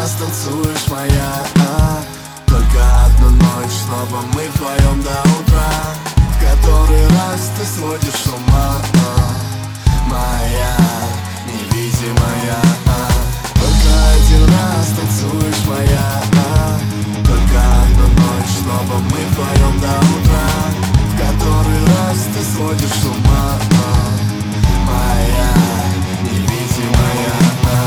раз танцуешь моя, только одну ночь, снова мы вдвоем до утра. В который раз ты сводишь с ума, моя невидимая. Только один раз танцуешь моя, только одну ночь, снова мы вдвоем до утра. В который раз ты сводишь с ума, моя невидимая.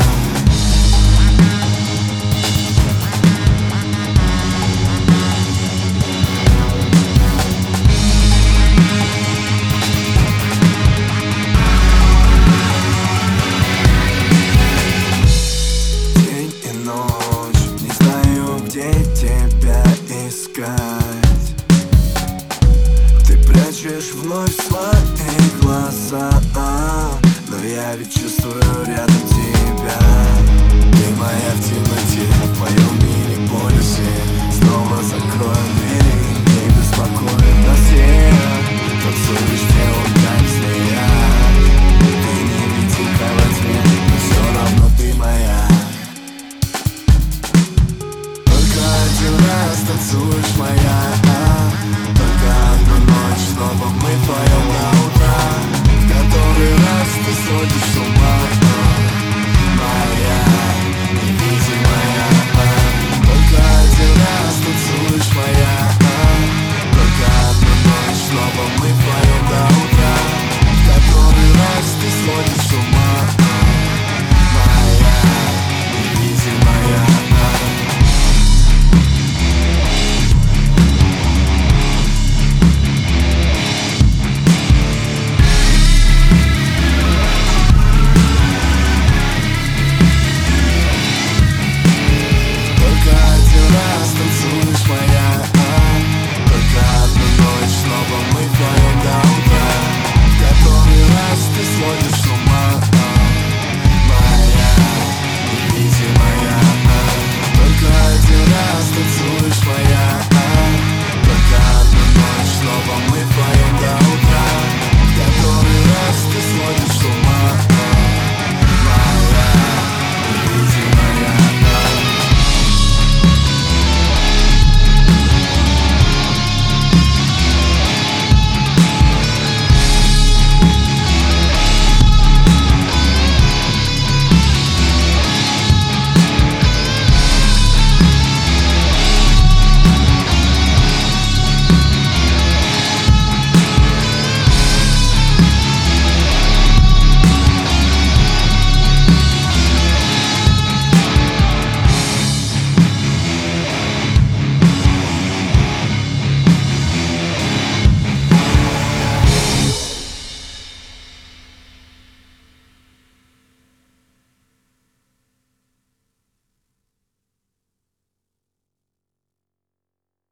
День и ночь, не знаю, где тебя искать. Ты прячешь вновь свои глаза, но я ведь чувствую рядом тебя. Ты моя в темноте, в твоем мини-полюсе. Снова закрою двери, не беспокоит нас всех. Танцуешь телом, как